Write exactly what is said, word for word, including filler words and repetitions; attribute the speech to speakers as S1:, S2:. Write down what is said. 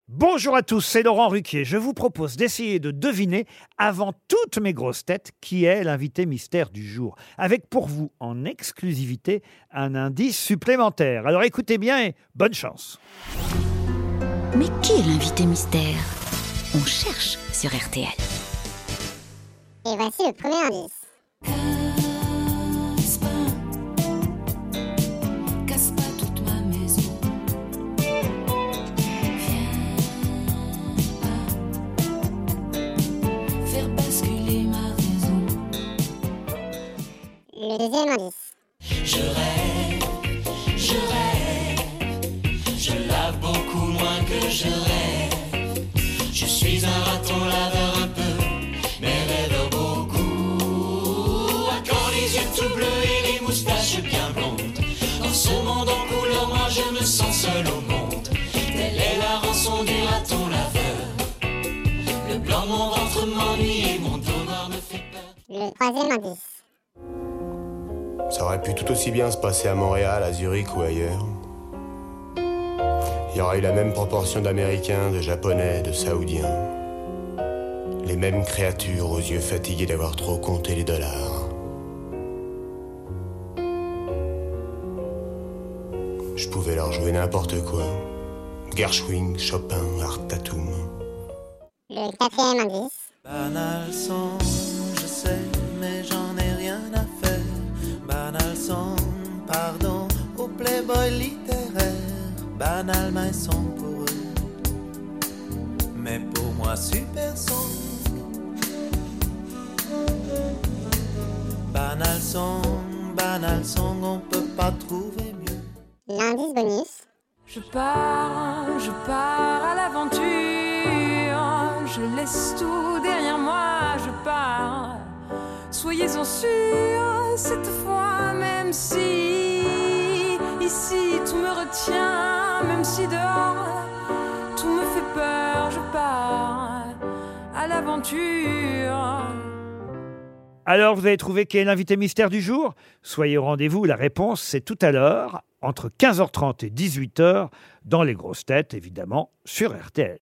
S1: Bonjour à tous, c'est Laurent Ruquier. Je vous propose d'essayer de deviner, avant toutes mes grosses têtes, qui est l'invité mystère du jour. Avec pour vous, en exclusivité, un indice supplémentaire. Alors écoutez bien et bonne chance.
S2: Mais qui est l'invité mystère? On cherche sur R T L.
S3: Et voici le premier indice.
S4: Casse pas, casse pas toute ma maison. Viens pas faire basculer ma raison.
S3: Le deuxième indice.
S4: Je rêve, je rêve, je lave beaucoup moins que je rêve. Je suis un raton laveur un peu, mais rêveur beaucoup. À quand les yeux tout bleus et les moustaches bien blondes. Dans ce monde en couleur, moi je me sens seul au monde. Telle est la rançon du raton laveur. Le blanc de mon ventre m'ennuie et mon dos noir me fait peur.
S3: Le troisième indice.
S5: Ça aurait pu tout aussi bien se passer à Montréal, à Zurich ou ailleurs. Il y aurait eu la même proportion d'Américains, de Japonais, de Saoudiens. Les mêmes créatures aux yeux fatigués d'avoir trop compté les dollars. Je pouvais leur jouer n'importe quoi. Gershwin, Chopin, Art Tatum.
S3: Le quatrième indice.
S6: Banal son, je sais, mais j'en ai rien à faire. Banal son, pardon, au playboy littéraire. Banal my son pour eux, mais pour moi super son. Banal son, banal son, on peut pas trouver mieux.
S3: L'indice bonus.
S7: Je pars, je pars à l'aventure, je laisse tout derrière moi, je pars. Soyez-en sûrs, cette fois, même si ici tout me retient, même si dehors tout me fait peur, je pars à l'aventure.
S1: Alors, vous avez trouvé qui est l'invité mystère du jour? Soyez au rendez-vous, la réponse c'est tout à l'heure, entre quinze heures trente et dix-huit heures, dans les grosses têtes, évidemment, sur R T L.